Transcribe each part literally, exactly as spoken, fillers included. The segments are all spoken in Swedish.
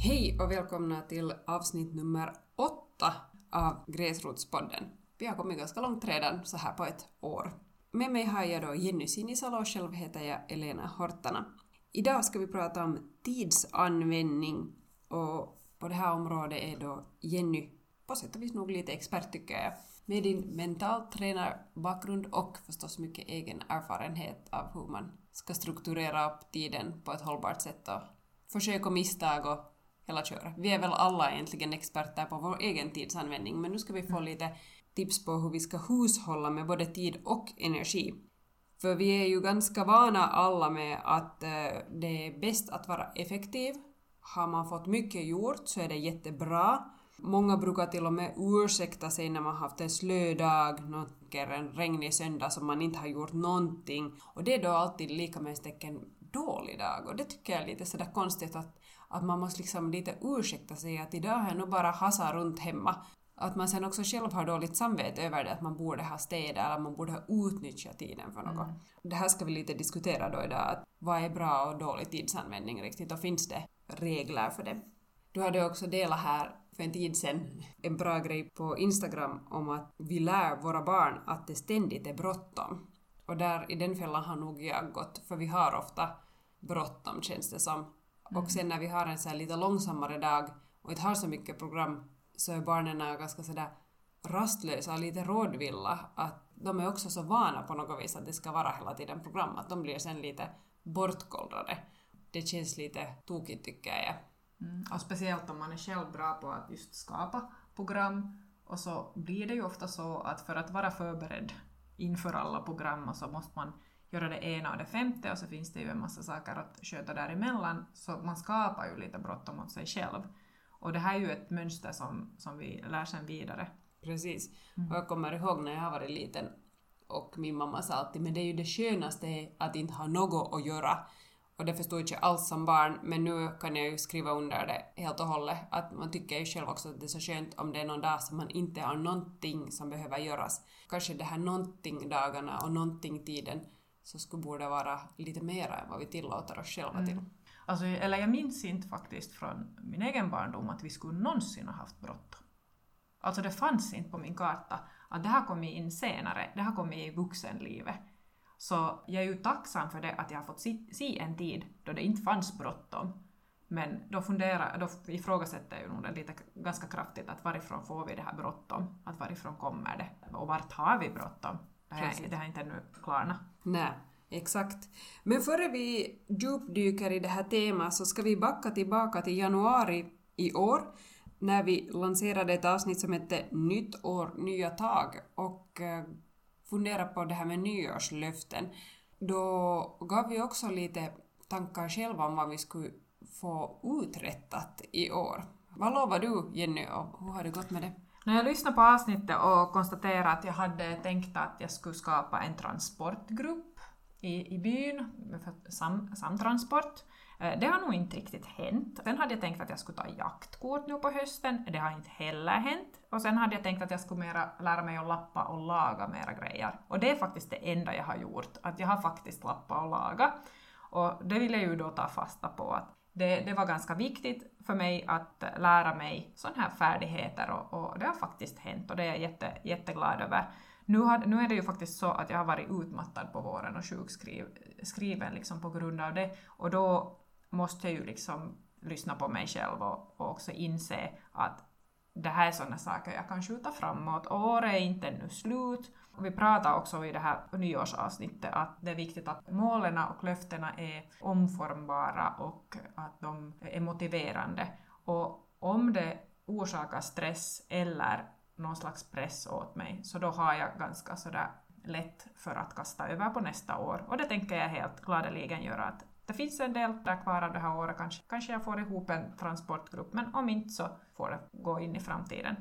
Hej och välkomna till avsnitt nummer åtta av Gräsrotspodden. Vi har kommit ganska långt redan så här på ett år. Med mig har jag då Jenny Sinisalo och själv heter jag Elena Hortana. Idag ska vi prata om tidsanvändning och på det här området är då Jenny på sätt och vis nog lite expert tycker jag. Med din mentaltränarbakgrund och förstås mycket egen erfarenhet av hur man ska strukturera upp tiden på ett hållbart sätt och försök och misstag och hela köra. Vi är väl alla egentligen experter på vår egen tidsanvändning, men nu ska vi få lite tips på hur vi ska hushålla med både tid och energi. För vi är ju ganska vana alla med att eh, det är bäst att vara effektiv. Har man fått mycket gjort så är det jättebra. Många brukar till och med ursäkta sig när man haft en slö dag, en regnig söndag som man inte har gjort någonting. Och det är då alltid lika med ett tecken dålig dag. Och det tycker jag är lite sådär konstigt att, att man måste liksom lite ursäkta sig att idag har jag nog bara hasa runt hemma. Att man sen också själv har dåligt samvete över det, att man borde ha städat eller man borde ha utnyttjat tiden för något. Mm. Det här ska vi lite diskutera då idag, att vad är bra och dålig tidsanvändning riktigt och finns det regler för det. Du hade också delat här för en tid sedan en bra grej på Instagram om att vi lär våra barn att det ständigt är bråttom. Och där i den fällan har nog jag gått, för vi har ofta bråttom känns det som. Mm. Och sen när vi har en så här lite långsammare dag och inte har så mycket program så är barnen ganska sådär rastlösa och lite rådvilla. Att de är också så vana på något vis att det ska vara hela tiden program. Att de blir sen lite bortkollrade. Det känns lite tokigt tycker jag. Mm. Och speciellt om man är själv bra på att just skapa program. Och så blir det ju ofta så att för att vara förberedd inför alla program så måste man göra det ena och det femte och så finns det ju en massa saker att sköta däremellan. Så man skapar ju lite bråttom åt sig själv. Och det här är ju ett mönster som, som vi lär sen vidare. Precis. Mm. Och jag kommer ihåg när jag var liten och min mamma sa alltid, men det är ju det skönaste att inte ha något att göra. Och det förstod jag inte alls som barn, men nu kan jag ju skriva under det helt och hållet. Att man tycker ju själv också att det är så skönt om det är någon dag som man inte har någonting som behöver göras. Kanske det här någonting dagarna och någonting tiden så skulle borde vara lite mer än vad vi tillåter oss själva till. Mm. Alltså, eller jag minns inte faktiskt från min egen barndom att vi skulle någonsin ha haft bråttom. Alltså det fanns inte på min karta att det här kom in senare, det här kom i vuxenlivet. Så jag är ju tacksam för det att jag har fått se, se en tid då det inte fanns bråttom. Men då, funderar, då ifrågasätter jag ju nog det lite ganska kraftigt att varifrån får vi det här bråttom? Att varifrån kommer det? Och vart har vi bråttom? Det här, det här är inte ännu klarna. Nej. Exakt. Men före vi djupdyker i det här temat så ska vi backa tillbaka till januari i år när vi lanserade ett avsnitt som hette Nytt år, nya tag och eh, fundera på det här med nyårslöften. Då gav vi också lite tankar själva om vad vi skulle få uträttat i år. Vad lovar du, Jenny, och hur har det gått med det? När jag lyssnade på avsnittet och konstaterade att jag hade tänkt att jag skulle skapa en transportgrupp I, i byn för sam, samtransport. Det har nog inte riktigt hänt. Sen hade jag tänkt att jag skulle ta jaktkort nu på hösten. Det har inte heller hänt. Och sen hade jag tänkt att jag skulle mera lära mig att lappa och laga mera grejer. Och det är faktiskt det enda jag har gjort. Att jag har faktiskt lappat och laga. Och det vill jag ju då ta fasta på. Att det, det var ganska viktigt för mig att lära mig sådana här färdigheter. Och, och det har faktiskt hänt. Och det är jag jätte, jätteglad över. Nu, har, nu är det ju faktiskt så att jag har varit utmattad på våren och sjukskriven liksom på grund av det. Och då måste jag ju liksom lyssna på mig själv och, och också inse att det här är sådana saker jag kan skjuta framåt. Året är inte ännu slut. Och vi pratar också i det här nyårsavsnittet att det är viktigt att målen och löftena är omformbara och att de är motiverande. Och om det orsakar stress eller någon slags press åt mig, så då har jag ganska sådär lätt för att kasta över på nästa år. Och det tänker jag helt gladeligen göra. Att det finns en del där kvar av det här året. Kanske, kanske jag får ihop en transportgrupp, men om inte så får det gå in i framtiden.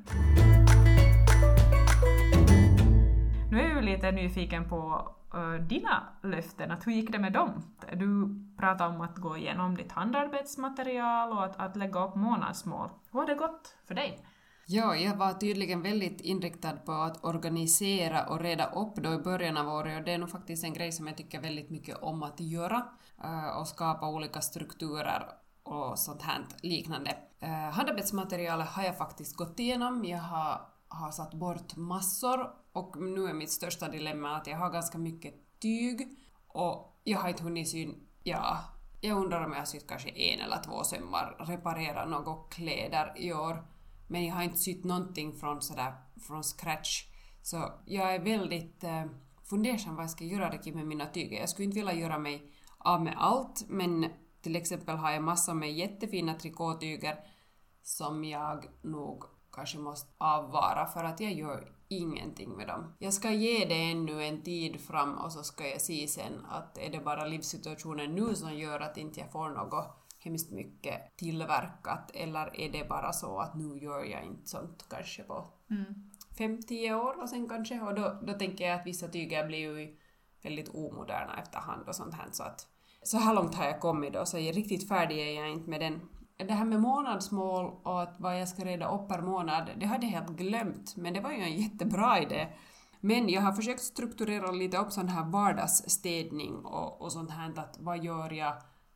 Nu är jag lite nyfiken på uh, dina löften. Att hur gick det med dem? Du pratade om att gå igenom ditt handarbetsmaterial och att, att lägga upp månadsmål. Hur har det gått för dig? Ja, jag var tydligen väldigt inriktad på att organisera och reda upp då i början av året, och det är nog faktiskt en grej som jag tycker väldigt mycket om att göra uh, och skapa olika strukturer och sånt här liknande. Uh, handarbetsmaterialet har jag faktiskt gått igenom. Jag har, har satt bort massor och nu är mitt största dilemma att jag har ganska mycket tyg och jag har inte hunnit syn, ja, jag undrar om jag har sytt kanske en eller två sömmar, reparera några kläder i år, men jag har inte sytt någonting från sådär från scratch, så jag är väldigt uh, fundersam vad jag ska göra det med mina tyger. Jag skulle inte vilja göra mig av med allt, men till exempel har jag massor med jättefina trikåtyger som jag nog kanske måste avvara för att jag gör ingenting med dem. Jag ska ge det ännu en tid fram och så ska jag se sen att är det bara livssituationen nu som gör att inte jag får något hemskt mycket tillverkat, eller är det bara så att nu gör jag inte sånt kanske på mm. fem till tio år och sen kanske, och då, då tänker jag att vissa tyger blir ju väldigt omoderna efterhand och sånt här, så att så här långt har jag kommit då, så jag är riktigt färdig är jag inte med den. Det här med månadsmål och att vad jag ska reda upp per månad, det hade jag helt glömt, men det var ju en jättebra idé. Men jag har försökt strukturera lite upp sån här vardagsstädning och, och sånt här, att vad gör jag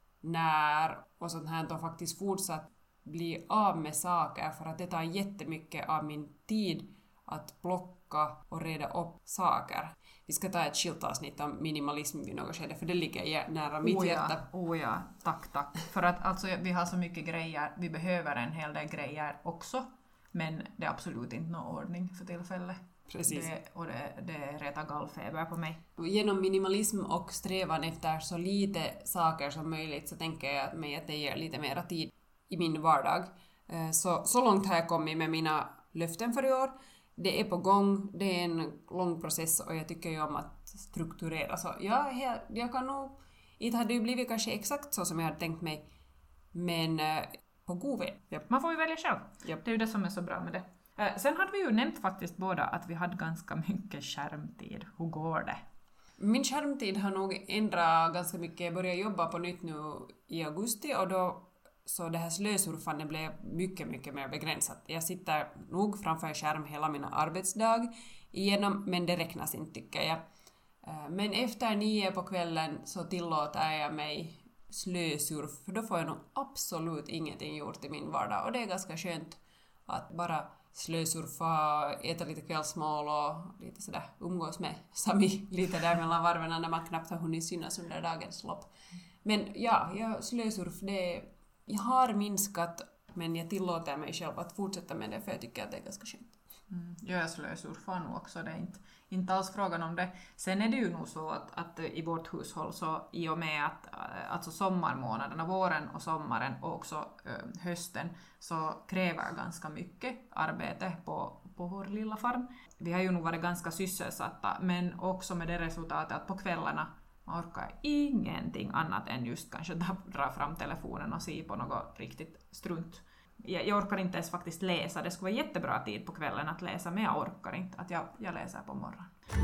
när och sånt här, och faktiskt fortsatt bli av med saker, för att det tar jättemycket av min tid att plocka och reda upp saker. Vi ska ta ett skilt avsnitt om minimalism vid något skede, för det ligger nära mitt oh ja, hjärta. Oh ja, tack, tack. För att alltså, vi har så mycket grejer, vi behöver en hel del grejer också, men det är absolut inte någon ordning för tillfället. Precis. Det, och det, det retar gallfeber på mig. Genom minimalism och strävan efter så lite saker som möjligt så tänker jag att mig att det ger lite mera tid i min vardag. Så, så långt har jag kommit med mina löften för i år. Det är på gång, det är en lång process och jag tycker ju om att strukturera. Så ja, jag, jag kan nog, inte hade ju blivit kanske exakt så som jag hade tänkt mig, men eh, på god väg. Yep. Man får ju välja själv. Yep. Det är ju det som är så bra med det. Eh, sen hade vi ju nämnt faktiskt båda att vi hade ganska mycket skärmtid. Hur går det? Min skärmtid har nog ändrat ganska mycket. Jag började jobba på nytt nu i augusti och då så det här slösurfandet blev mycket, mycket mer begränsat. Jag sitter nog framför en skärm hela min arbetsdag igenom, men det räknas inte tycker jag. Men efter nio på kvällen så tillåter jag mig slösurf, för då får jag nog absolut ingenting gjort i min vardag. Och det är ganska skönt att bara slösurfa, äta lite kvällsmål och lite sådär umgås med Sami lite där mellan varven när man knappt har hunnit synas under dagens lopp. Men ja, jag slösurf, det jag har minskat, men jag tillåter mig själv att fortsätta med det, för jag tycker att det är ganska skönt. Mm. Jag slösurfar nog också, det är inte, inte alls frågan om det. Sen är det ju nog så att, att i vårt hushåll, så i och med att alltså sommarmånaderna, våren och sommaren och också äh, hösten, så kräver ganska mycket arbete på, på vår lilla farm. Vi har ju nog varit ganska sysselsatta, men också med det resultatet att på kvällarna man orkar ingenting annat än just kanske dra fram telefonen och se på något riktigt strunt. Jag, jag orkar inte ens faktiskt läsa. Det skulle vara jättebra tid på kvällen att läsa, men jag orkar inte att jag, jag läser på morgonen.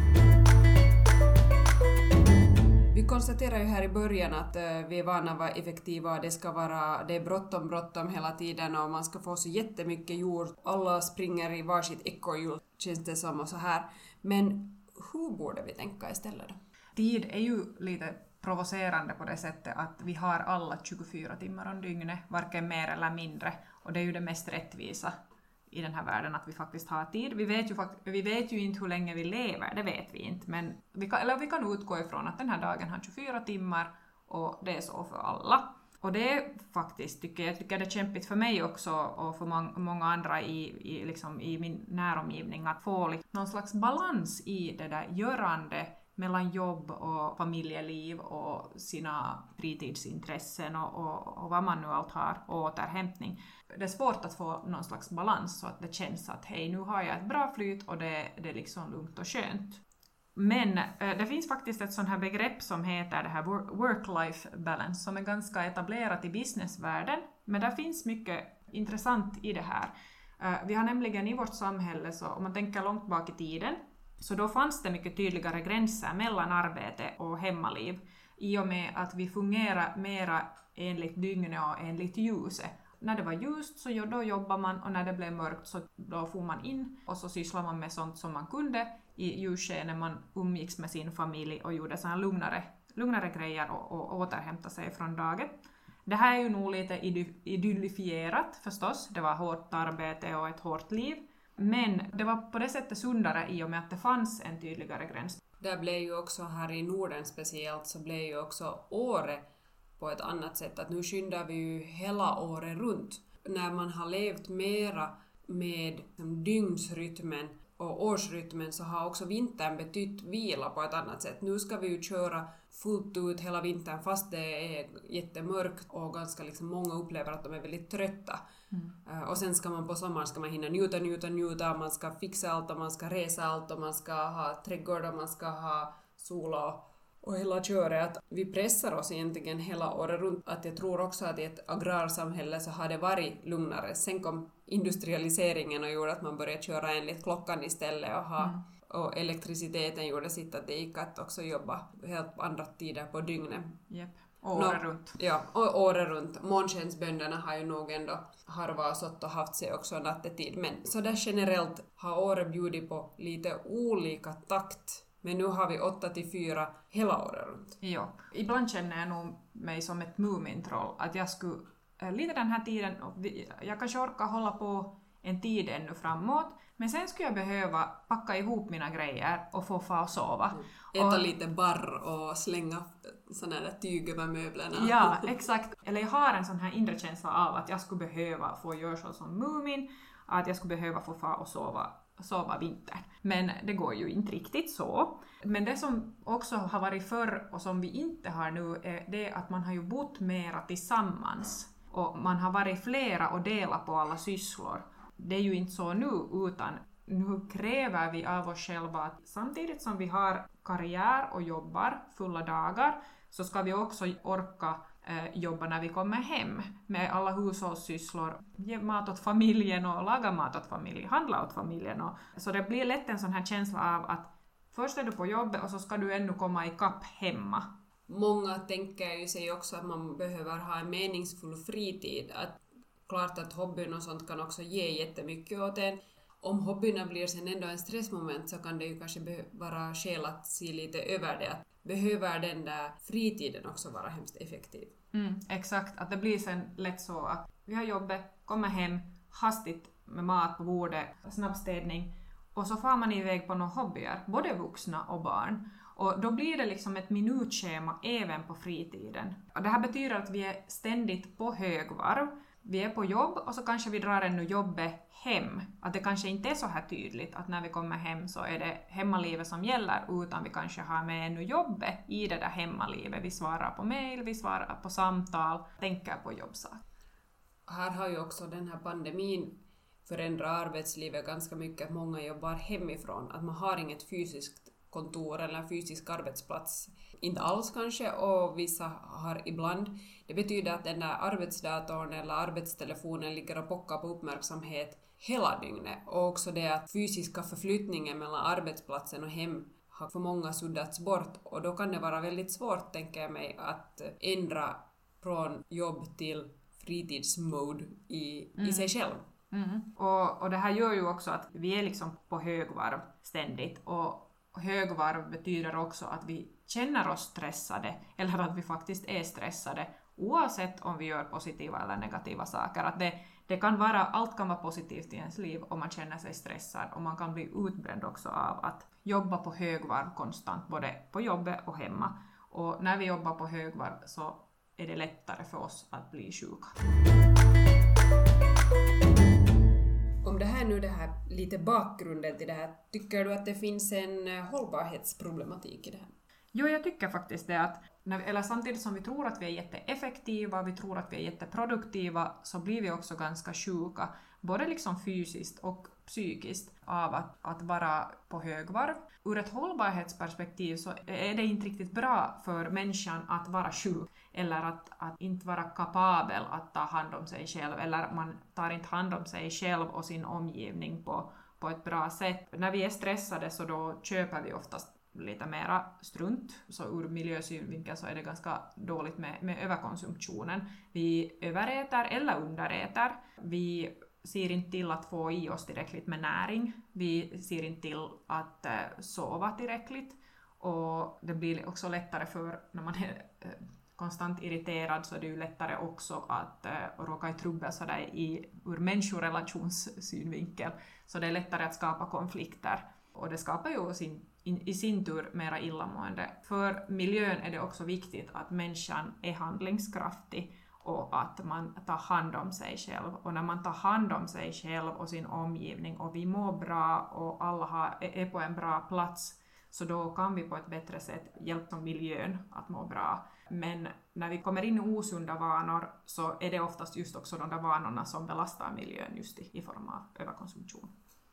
Vi konstaterar ju här i början att uh, vi är vana att vara effektiva. Det ska vara, det är bråttom, bråttom hela tiden och man ska få så jättemycket gjort. Alla springer i varsitt ekorrhjul, känns det som, och så här. Men hur borde vi tänka istället då? Tid är ju lite provocerande på det sättet att vi har alla tjugofyra timmar om dygnet, varken mer eller mindre. Och det är ju det mest rättvisa i den här världen, att vi faktiskt har tid. Vi vet ju, vi vet ju inte hur länge vi lever, det vet vi inte. Men vi kan, eller vi kan utgå ifrån att den här dagen har tjugofyra timmar och det är så för alla. Och det är faktiskt, tycker jag, tycker det är kämpigt för mig också och för mång, många andra i, i, liksom, i min näromgivning att få liksom, någon slags balans i det där görande mellan jobb och familjeliv och sina fritidsintressen och, och, och vad man nu allt har och återhämtning. Det är svårt att få någon slags balans så att det känns att hej, nu har jag ett bra flyt och det, det är liksom lugnt och skönt. Men eh, det finns faktiskt ett sånt här begrepp som heter det här work-life balance som är ganska etablerat i businessvärlden, men det finns mycket intressant i det här. Eh, vi har nämligen i vårt samhälle, så om man tänker långt bak i tiden, så då fanns det mycket tydligare gränser mellan arbete och hemmaliv i och med att vi fungerar mera enligt dygnet och enligt ljuset. När det var ljust så då jobbar man och när det blev mörkt så då får man in och så sysslar man med sånt som man kunde i ljussken när man umgicks med sin familj och gjorde såna lugnare, lugnare grejer och, och återhämta sig från dagen. Det här är ju nog lite idyllifierat förstås. Det var hårt arbete och ett hårt liv. Men det var på det sättet sundare i och med att det fanns en tydligare gräns. Där blev ju också här i Norden speciellt så blev ju också året på ett annat sätt. Att nu skyndar vi ju hela året runt. När man har levt mera med dygnsrytmen och årsrytmen så har också vintern betytt vila på ett annat sätt. Nu ska vi ju köra fullt ut hela vintern fast det är jättemörkt och ganska liksom många upplever att de är väldigt trötta. Mm. Och sen ska man på sommaren ska man hinna njuta, njuta, njuta. Man ska fixa allt och man ska resa allt och man ska ha trädgård och man ska ha sol och Och hela köret att vi pressar oss egentligen hela året runt. Att jag tror också att i ett agrarsamhälle så har det varit lugnare. Sen kom industrialiseringen och gjorde att man började köra enligt klockan istället. Och, ha, mm. och elektriciteten gjorde sitt att det gick att också jobba helt andra tider på dygnet. Yep. Och året no, runt. Ja, och året runt. Månskensbönderna har ju nog ändå harvat och sått och haft sig också nattetid. Men så där generellt har året bjudit på lite olika takt. Men nu har vi åtta till fyra hela året runt. Ja, ibland känner jag nog mig som ett mumintroll. Att jag skulle, lite den här tiden, jag kanske orkar hålla på en tid ännu framåt. Men sen skulle jag behöva packa ihop mina grejer och få få och sova. Mm. Äta och, lite barr och slänga sådana där tyg över möblerna. Ja, exakt. Eller jag har en sån här inre känsla av att jag skulle behöva få göra så som mumin. Att jag skulle behöva få få och sova. sova vintern. Men det går ju inte riktigt så. Men det som också har varit förr och som vi inte har nu är det att man har ju bott mera tillsammans. Och man har varit flera och delat på alla sysslor. Det är ju inte så nu utan nu kräver vi av oss själva att samtidigt som vi har karriär och jobbar fulla dagar så ska vi också orka jobba när vi kommer hem med alla hushållssysslor, ge mat åt familjen och laga mat åt familjen, handla åt familjen. Och, så det blir lätt en sån här känsla av att först är du på jobbet och så ska du ännu komma ikapp hemma. Många tänker ju sig också att man behöver ha en meningsfull fritid. Att, klart att hobbyn och sånt kan också ge jättemycket åt en. Om hobbyerna blir sen ändå en stressmoment så kan det ju kanske be- vara skäl att se lite över det. Att behöver den där fritiden också vara hemskt effektiv. Mm, exakt, att det blir sen lätt så att vi har jobbet, kommer hem, hastigt med mat på bordet, snabbstädning och så får man iväg på några hobbyer, både vuxna och barn. Och då blir det liksom ett minutschema även på fritiden. Och det här betyder att vi är ständigt på högvarv. Vi är på jobb och så kanske vi drar ännu jobbet hem. Att det kanske inte är så här tydligt att när vi kommer hem så är det hemmalivet som gäller utan vi kanske har med ännu jobbet i det där hemmalivet. Vi svarar på mejl, vi svarar på samtal, tänker på jobbsak. Här har ju också den här pandemin förändrat arbetslivet ganska mycket. Att många jobbar hemifrån. Att man har inget fysiskt kontor eller en fysisk arbetsplats. Inte alls kanske och vissa har ibland. Det betyder att den där arbetsdatorn eller arbetstelefonen ligger och pockar på uppmärksamhet hela dygnet. Och också det att fysiska förflyttningen mellan arbetsplatsen och hem har för många suddats bort. Och då kan det vara väldigt svårt, tänker jag mig, att ändra från jobb till fritidsmode i, mm. i sig själv. Mm. Och, och det här gör ju också att vi är liksom på högvarv ständigt. Och högvarv betyder också att vi känner oss stressade eller att vi faktiskt är stressade oavsett om vi gör positiva eller negativa saker. Att det, det kan vara, allt kan vara positivt i ens liv om man känner sig stressad och man kan bli utbränd också av att jobba på högvarv konstant både på jobbet och hemma. Och när vi jobbar på högvarv så är det lättare för oss att bli sjuka. Om det här nu det här lite bakgrunden till det här, tycker du att det finns en hållbarhetsproblematik i det här? Jo, jag tycker faktiskt det att när vi, eller samtidigt som vi tror att vi är jätteeffektiva, vi tror att vi är jätteproduktiva så blir vi också ganska sjuka, både liksom fysiskt och psykiskt av att, att vara på högvarv. Ur ett hållbarhetsperspektiv så är det inte riktigt bra för människan att vara sjuk eller att, att inte vara kapabel att ta hand om sig själv eller man tar inte hand om sig själv och sin omgivning på, på ett bra sätt. När vi är stressade så då köper vi oftast lite mera strunt, så ur miljösynvinkel så är det ganska dåligt med, med överkonsumtionen. Vi överäter eller underäter. Vi ser inte till att få i oss tillräckligt med näring. Vi ser inte till att uh, sova tillräckligt. Och det blir också lättare för när man är uh, konstant irriterad så är det ju lättare också att uh, råka i trubbel så där i, ur människorelationssynvinkel. Så det är lättare att skapa konflikter. Och det skapar ju sin, in, i sin tur mera illamående. För miljön är det också viktigt att människan är handlingskraftig och att man tar hand om sig själv. Och när man tar hand om sig själv och sin omgivning och vi mår bra och alla har, är på en bra plats, så då kan vi på ett bättre sätt hjälpa miljön att må bra. Men när vi kommer in i osunda vanor så är det oftast just också de där vanorna som belastar miljön just i, i form av överkonsumtion.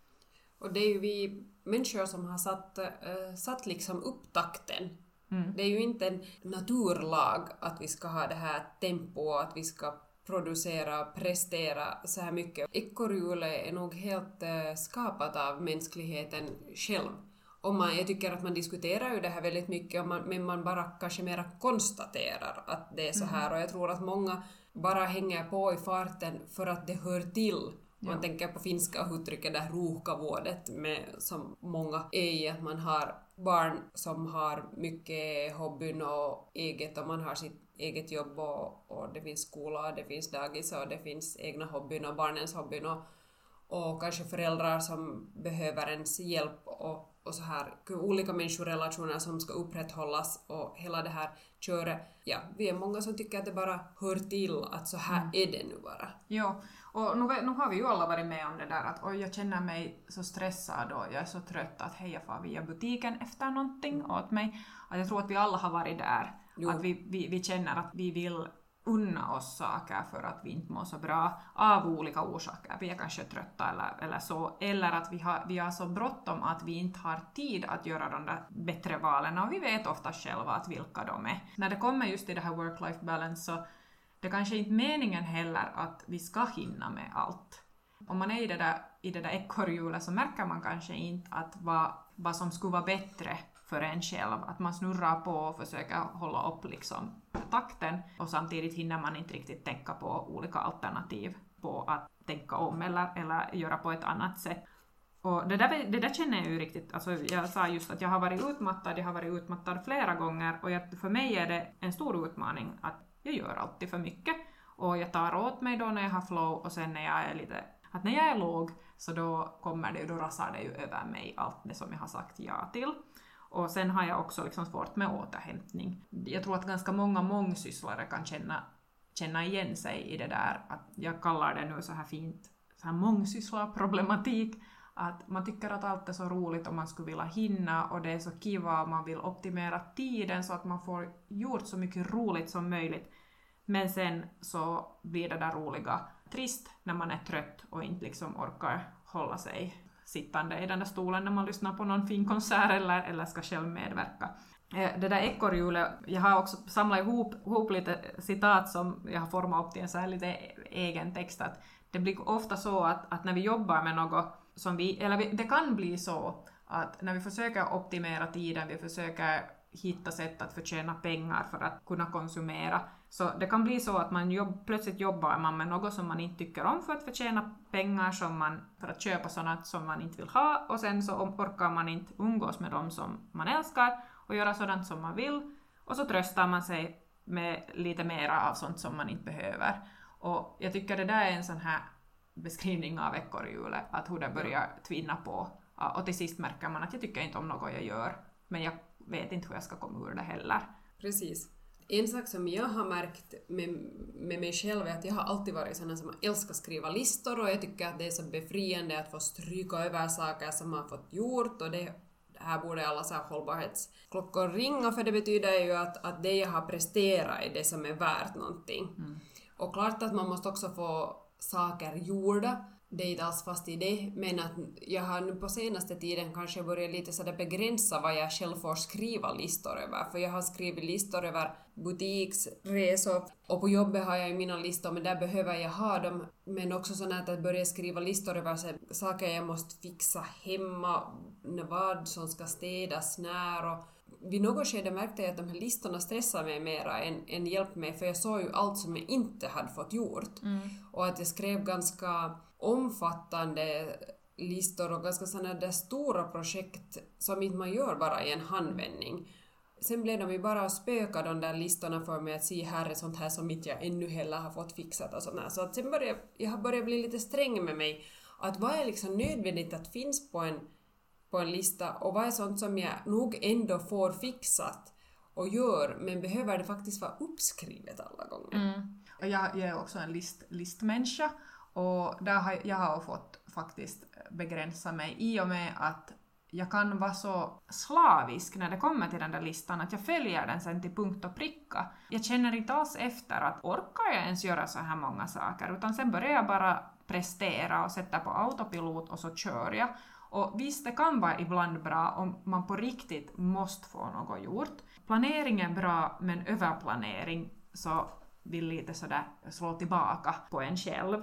Och det är ju vi människor som har satt, äh, satt liksom upp takten. Mm. Det är ju inte en naturlag att vi ska ha det här tempo, att vi ska producera, prestera så här mycket. Ekorrhjulet är nog helt äh, skapat av mänskligheten själv. Och man, jag tycker att man diskuterar ju det här väldigt mycket, man, men man bara kanske mera konstaterar att det är så här. Mm. Och jag tror att många bara hänger på i farten för att det hör till. Man ja. tänker på finska uttrycket där ruuhkavuodet med som många är i, att man har barn som har mycket hobbyn och eget och man har sitt eget jobb och, och det finns skola, det finns dagis och det finns egna hobbyn och barnens hobbyn och, och kanske föräldrar som behöver ens hjälp och, och så här olika människorelationer som ska upprätthållas och hela det här köret. Ja, vi är många som tycker att det bara hör till att så här mm. är det nu bara. Ja. Och nu, nu har vi ju alla varit med om det där att oj, jag känner mig så stressad och jag är så trött att hej, jag får via butiken efter någonting åt mig. Att jag tror att vi alla har varit där. Jo. Att vi, vi, vi känner att vi vill unna oss saker för att vi inte mår så bra av olika orsaker. Vi är kanske trötta eller, eller så. Eller att vi har, vi har så bråttom att vi inte har tid att göra de där bättre valen. Och vi vet ofta själva att vilka de är. När det kommer just till det här work-life balance så det är kanske inte meningen heller att vi ska hinna med allt. Om man är i det där, i det där ekorrhjulet så märker man kanske inte att vad, vad som skulle vara bättre för en själv. Att man snurrar på och försöker hålla upp liksom takten och samtidigt hinner man inte riktigt tänka på olika alternativ på att tänka om eller, eller göra på ett annat sätt. Och det där, det där känner jag ju riktigt, alltså jag sa just att jag har varit utmattad, jag har varit utmattad flera gånger och jag, för mig är det en stor utmaning att jag gör alltid för mycket och jag tar åt mig då när jag har flow och sen när jag är lite, att när jag är låg så då kommer det, då rasar det ju över mig allt det som jag har sagt ja till. Och sen har jag också liksom svårt med återhämtning. Jag tror att ganska många mångsysslare kan känna, känna igen sig i det där, att jag kallar det nu så här fint, så här mångsysslarproblematik. Att man tycker att allt är så roligt och man skulle vilja hinna och det är så kiva och man vill optimera tiden så att man får gjort så mycket roligt som möjligt. Men sen så blir det där roliga trist när man är trött och inte liksom orkar hålla sig sittande i den där stolen när man lyssnar på någon fin konsert eller, eller ska själv medverka. Det där ekorrhjulet, jag har också samlat ihop, ihop lite citat som jag har format upp till en så här lite egen text. Att det blir ofta så att, att när vi jobbar med något som vi, eller vi, det kan bli så att när vi försöker optimera tiden, vi försöker hitta sätt att förtjäna pengar för att kunna konsumera. Så det kan bli så att man jobb, plötsligt jobbar man med något som man inte tycker om för att förtjäna pengar, som man, för att köpa sådant som man inte vill ha. Och sen så orkar man inte umgås med dem som man älskar och göra sådant som man vill. Och så tröstar man sig med lite mera av sånt som man inte behöver. Och jag tycker det där är en sån här beskrivning av ekorrhjulet, att hur det börjar tvinna på. Och till sist märker man att jag tycker inte om något jag gör, men jag vet inte hur jag ska komma ur det heller. Precis. En sak som jag har märkt med, med mig själv är att jag har alltid varit sån som älskar skriva listor, och jag tycker att det är så befriande att få stryka över saker som man har fått gjort, och det här borde alla så här hållbarhetsklockor ringa, för det betyder ju att, att det jag har presterat är det som är värt någonting. Mm. Och klart att man måste också få saker gjorda, det är inte alls fast i det, men att jag har nu på senaste tiden kanske börjat lite så där begränsa vad jag själv får skriva listor över, för jag har skrivit listor över butiksresor, och på jobbet har jag ju mina listor, men där behöver jag ha dem, men också sådana att börja skriva listor över så saker jag måste fixa hemma, vad som ska städas när, och vid något skede märkte jag att de här listorna stressar mig mera än, än hjälpt mig, för jag såg ju allt som jag inte hade fått gjort. Mm. Och att jag skrev ganska omfattande listor och ganska sådana där stora projekt som inte man gör bara i en handvändning. Sen blev de ju bara att spöka de där listorna för mig att se här är sånt här som inte jag ännu heller har fått fixat och sådär. Så att sen började jag har börjat bli lite sträng med mig. Att vad är liksom nödvändigt att finns på en, på en lista och vad är sånt som jag nog ändå får fixat och gör, men behöver det faktiskt vara uppskrivet alla gånger. Mm. Jag, jag är också en list, listmänniska och där har, jag har fått faktiskt begränsa mig i och med att jag kan vara så slavisk när det kommer till den där listan att jag följer den sen till punkt och pricka. Jag känner inte alls efter att orkar jag ens göra så här många saker, utan sen börjar jag bara prestera och sätta på autopilot och så kör jag. Och visst, det kan vara ibland bra om man på riktigt måste få något gjort. Planering är bra, men överplanering så vill lite sådär slå tillbaka på en själv.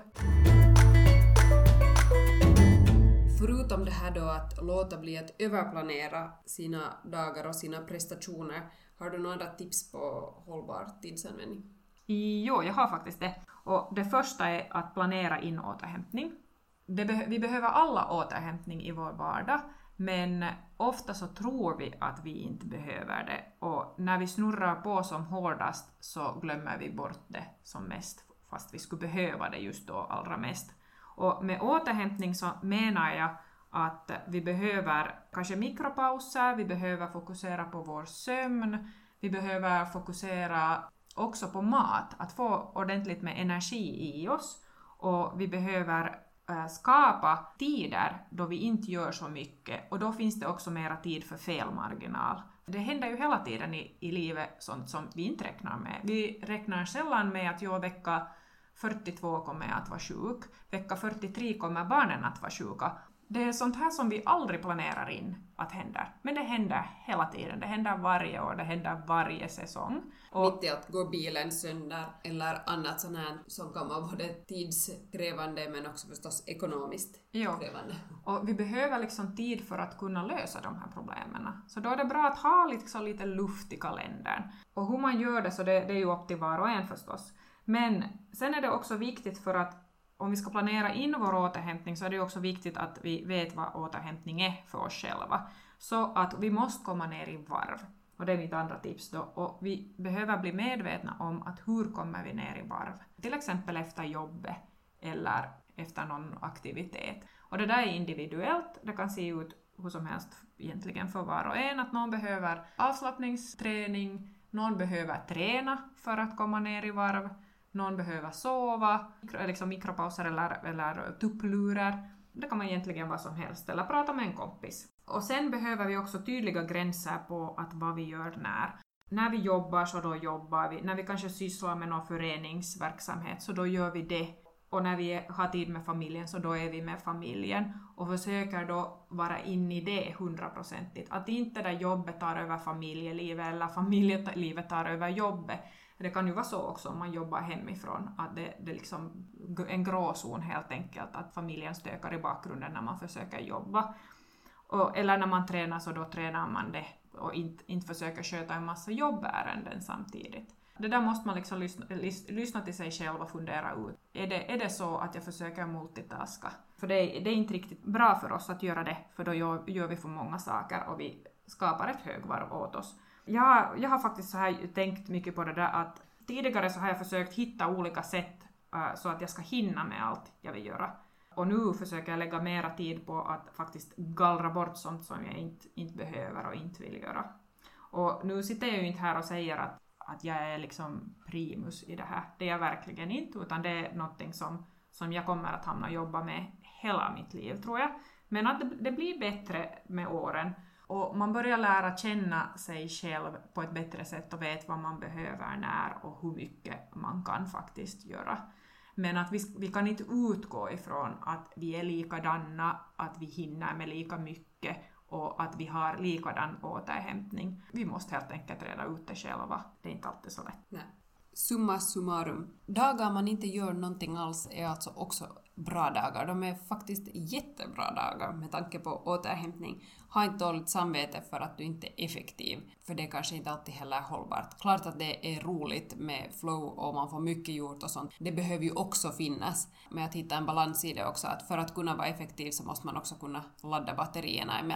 Förutom det här då att låta bli att överplanera sina dagar och sina prestationer, har du några andra tips på hållbar tidsanvändning? Jo, jag har faktiskt det. Och det första är att planera in återhämtning. Det be- vi behöver alla återhämtning i vår vardag, men ofta så tror vi att vi inte behöver det. Och när vi snurrar på som hårdast så glömmer vi bort det som mest, fast vi skulle behöva det just då allra mest. Och med återhämtning så menar jag att vi behöver kanske mikropauser, vi behöver fokusera på vår sömn, vi behöver fokusera också på mat, att få ordentligt med energi i oss, och vi behöver äh, skapa tider då vi inte gör så mycket, och då finns det också mera tid för felmarginal. Det händer ju hela tiden i, i livet sånt som vi inte räknar med. Vi räknar sällan med att jag vecka fyrtiotvå kommer att vara sjuk, vecka fyrtiotre kommer barnen att vara sjuka. Det är sånt här som vi aldrig planerar in att hända. Men det händer hela tiden. Det händer varje år, det händer varje säsong. Och mitt i att gå bilen sönder eller annat sånt här som kan vara både tidskrävande men också förstås ekonomiskt jo. krävande. Och vi behöver liksom tid för att kunna lösa de här problemen. Så då är det bra att ha liksom lite luft i kalendern. Och hur man gör det, så det, det är ju upp till var och en förstås. Men sen är det också viktigt, för att om vi ska planera in vår återhämtning så är det också viktigt att vi vet vad återhämtning är för oss själva. Så att vi måste komma ner i varv. Och det är mitt andra tips då. Och vi behöver bli medvetna om att hur kommer vi ner i varv. Till exempel efter jobbet eller efter någon aktivitet. Och det där är individuellt. Det kan se ut hur som helst egentligen för var och en. Att någon behöver avslappningsträning, någon behöver träna för att komma ner i varv. Någon behöver sova, liksom mikropauser eller, eller tupplurar. Det kan man egentligen vad som helst, eller prata med en kompis. Och sen behöver vi också tydliga gränser på att vad vi gör när. När vi jobbar så då jobbar vi. När vi kanske sysslar med någon föreningsverksamhet så då gör vi det. Och när vi har tid med familjen så då är vi med familjen. Och försöker då vara in i det hundraprocentigt. Att inte det där jobbet tar över familjelivet eller familjelivet tar över jobbet. Det kan ju vara så också om man jobbar hemifrån, att det, det är liksom en gråzon helt enkelt, att familjen stökar i bakgrunden när man försöker jobba. Och, eller när man tränar så då tränar man det och inte, inte försöker sköta en massa jobbärenden samtidigt. Det där måste man liksom lyssna, lyssna till sig själv och fundera ut. Är det, är det så att jag försöker multitaska? För det är, det är inte riktigt bra för oss att göra det, för då gör, gör vi för många saker och vi skapar ett högvarv åt oss. Jag, jag har faktiskt så här tänkt mycket på det där att tidigare så har jag försökt hitta olika sätt uh, så att jag ska hinna med allt jag vill göra. Och nu försöker jag lägga mera tid på att faktiskt gallra bort sånt som jag inte, inte behöver och inte vill göra. Och nu sitter jag ju inte här och säger att, att jag är liksom primus i det här. Det är jag verkligen inte, utan det är någonting som, som jag kommer att hamna och jobba med hela mitt liv, tror jag. Men att det, det blir bättre med åren. Och man börjar lära känna sig själv på ett bättre sätt och vet vad man behöver när och hur mycket man kan faktiskt göra. Men att vi, vi kan inte utgå ifrån att vi är likadana, att vi hinner med lika mycket och att vi har likadan återhämtning. Vi måste helt enkelt reda ut det själva. Det är inte alltid så lätt. Nej. Summa summarum. Dagar man inte gör någonting alls är alltså också bra dagar. De är faktiskt jättebra dagar med tanke på återhämtning. Ha inte dåligt samvete för att du inte är effektiv. För det är kanske inte alltid heller hållbart. Klart att det är roligt med flow och man får mycket gjort och sånt. Det behöver ju också finnas. Men att hitta en balans i det också. Att för att kunna vara effektiv så måste man också kunna ladda batterierna emellan.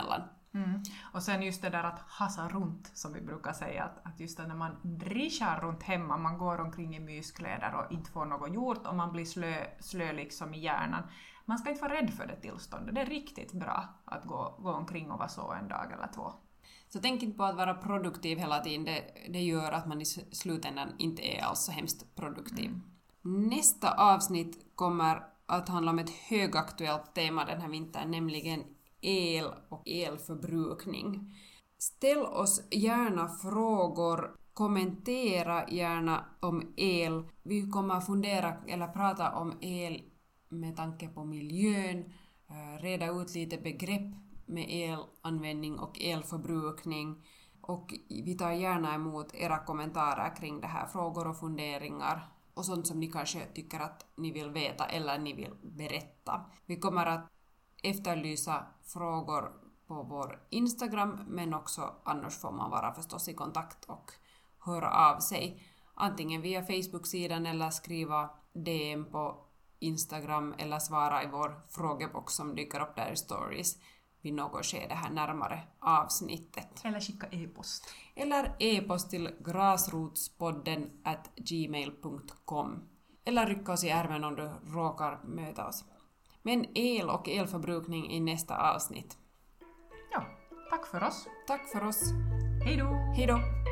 Mm. Och sen just det där att hasa runt, som vi brukar säga, att, att just när man drischar runt hemma, man går omkring i myskläder och inte får något gjort och man blir slö, slö liksom i hjärnan. Man ska inte vara rädd för det tillståndet. Det är riktigt bra att gå, gå omkring och vara så en dag eller två. Så tänk inte på att vara produktiv hela tiden. Det, det gör att man i slutändan inte är alls så hemskt produktiv. Mm. Nästa avsnitt kommer att handla om ett högaktuellt tema den här vintern, nämligen el och elförbrukning. Ställ oss gärna frågor, kommentera gärna om el. Vi kommer att fundera eller prata om el med tanke på miljön, reda ut lite begrepp med elanvändning och elförbrukning. Och vi tar gärna emot era kommentarer kring det här, frågor och funderingar och sånt som ni kanske tycker att ni vill veta eller ni vill berätta. Vi kommer att efterlysa frågor på vår Instagram, men också annars får man vara förstås i kontakt och höra av sig. Antingen via Facebook-sidan eller skriva D M på Instagram eller svara i vår frågebox som dyker upp där i stories vid något skede här närmare avsnittet. Eller skicka e-post. Eller e-post till grasrotspodden at gmail dot com. Eller rycka oss i ärmen om du råkar möta oss. Men el och elförbrukning i nästa avsnitt. Ja, tack för oss. Tack för oss. Hej då! Hej då!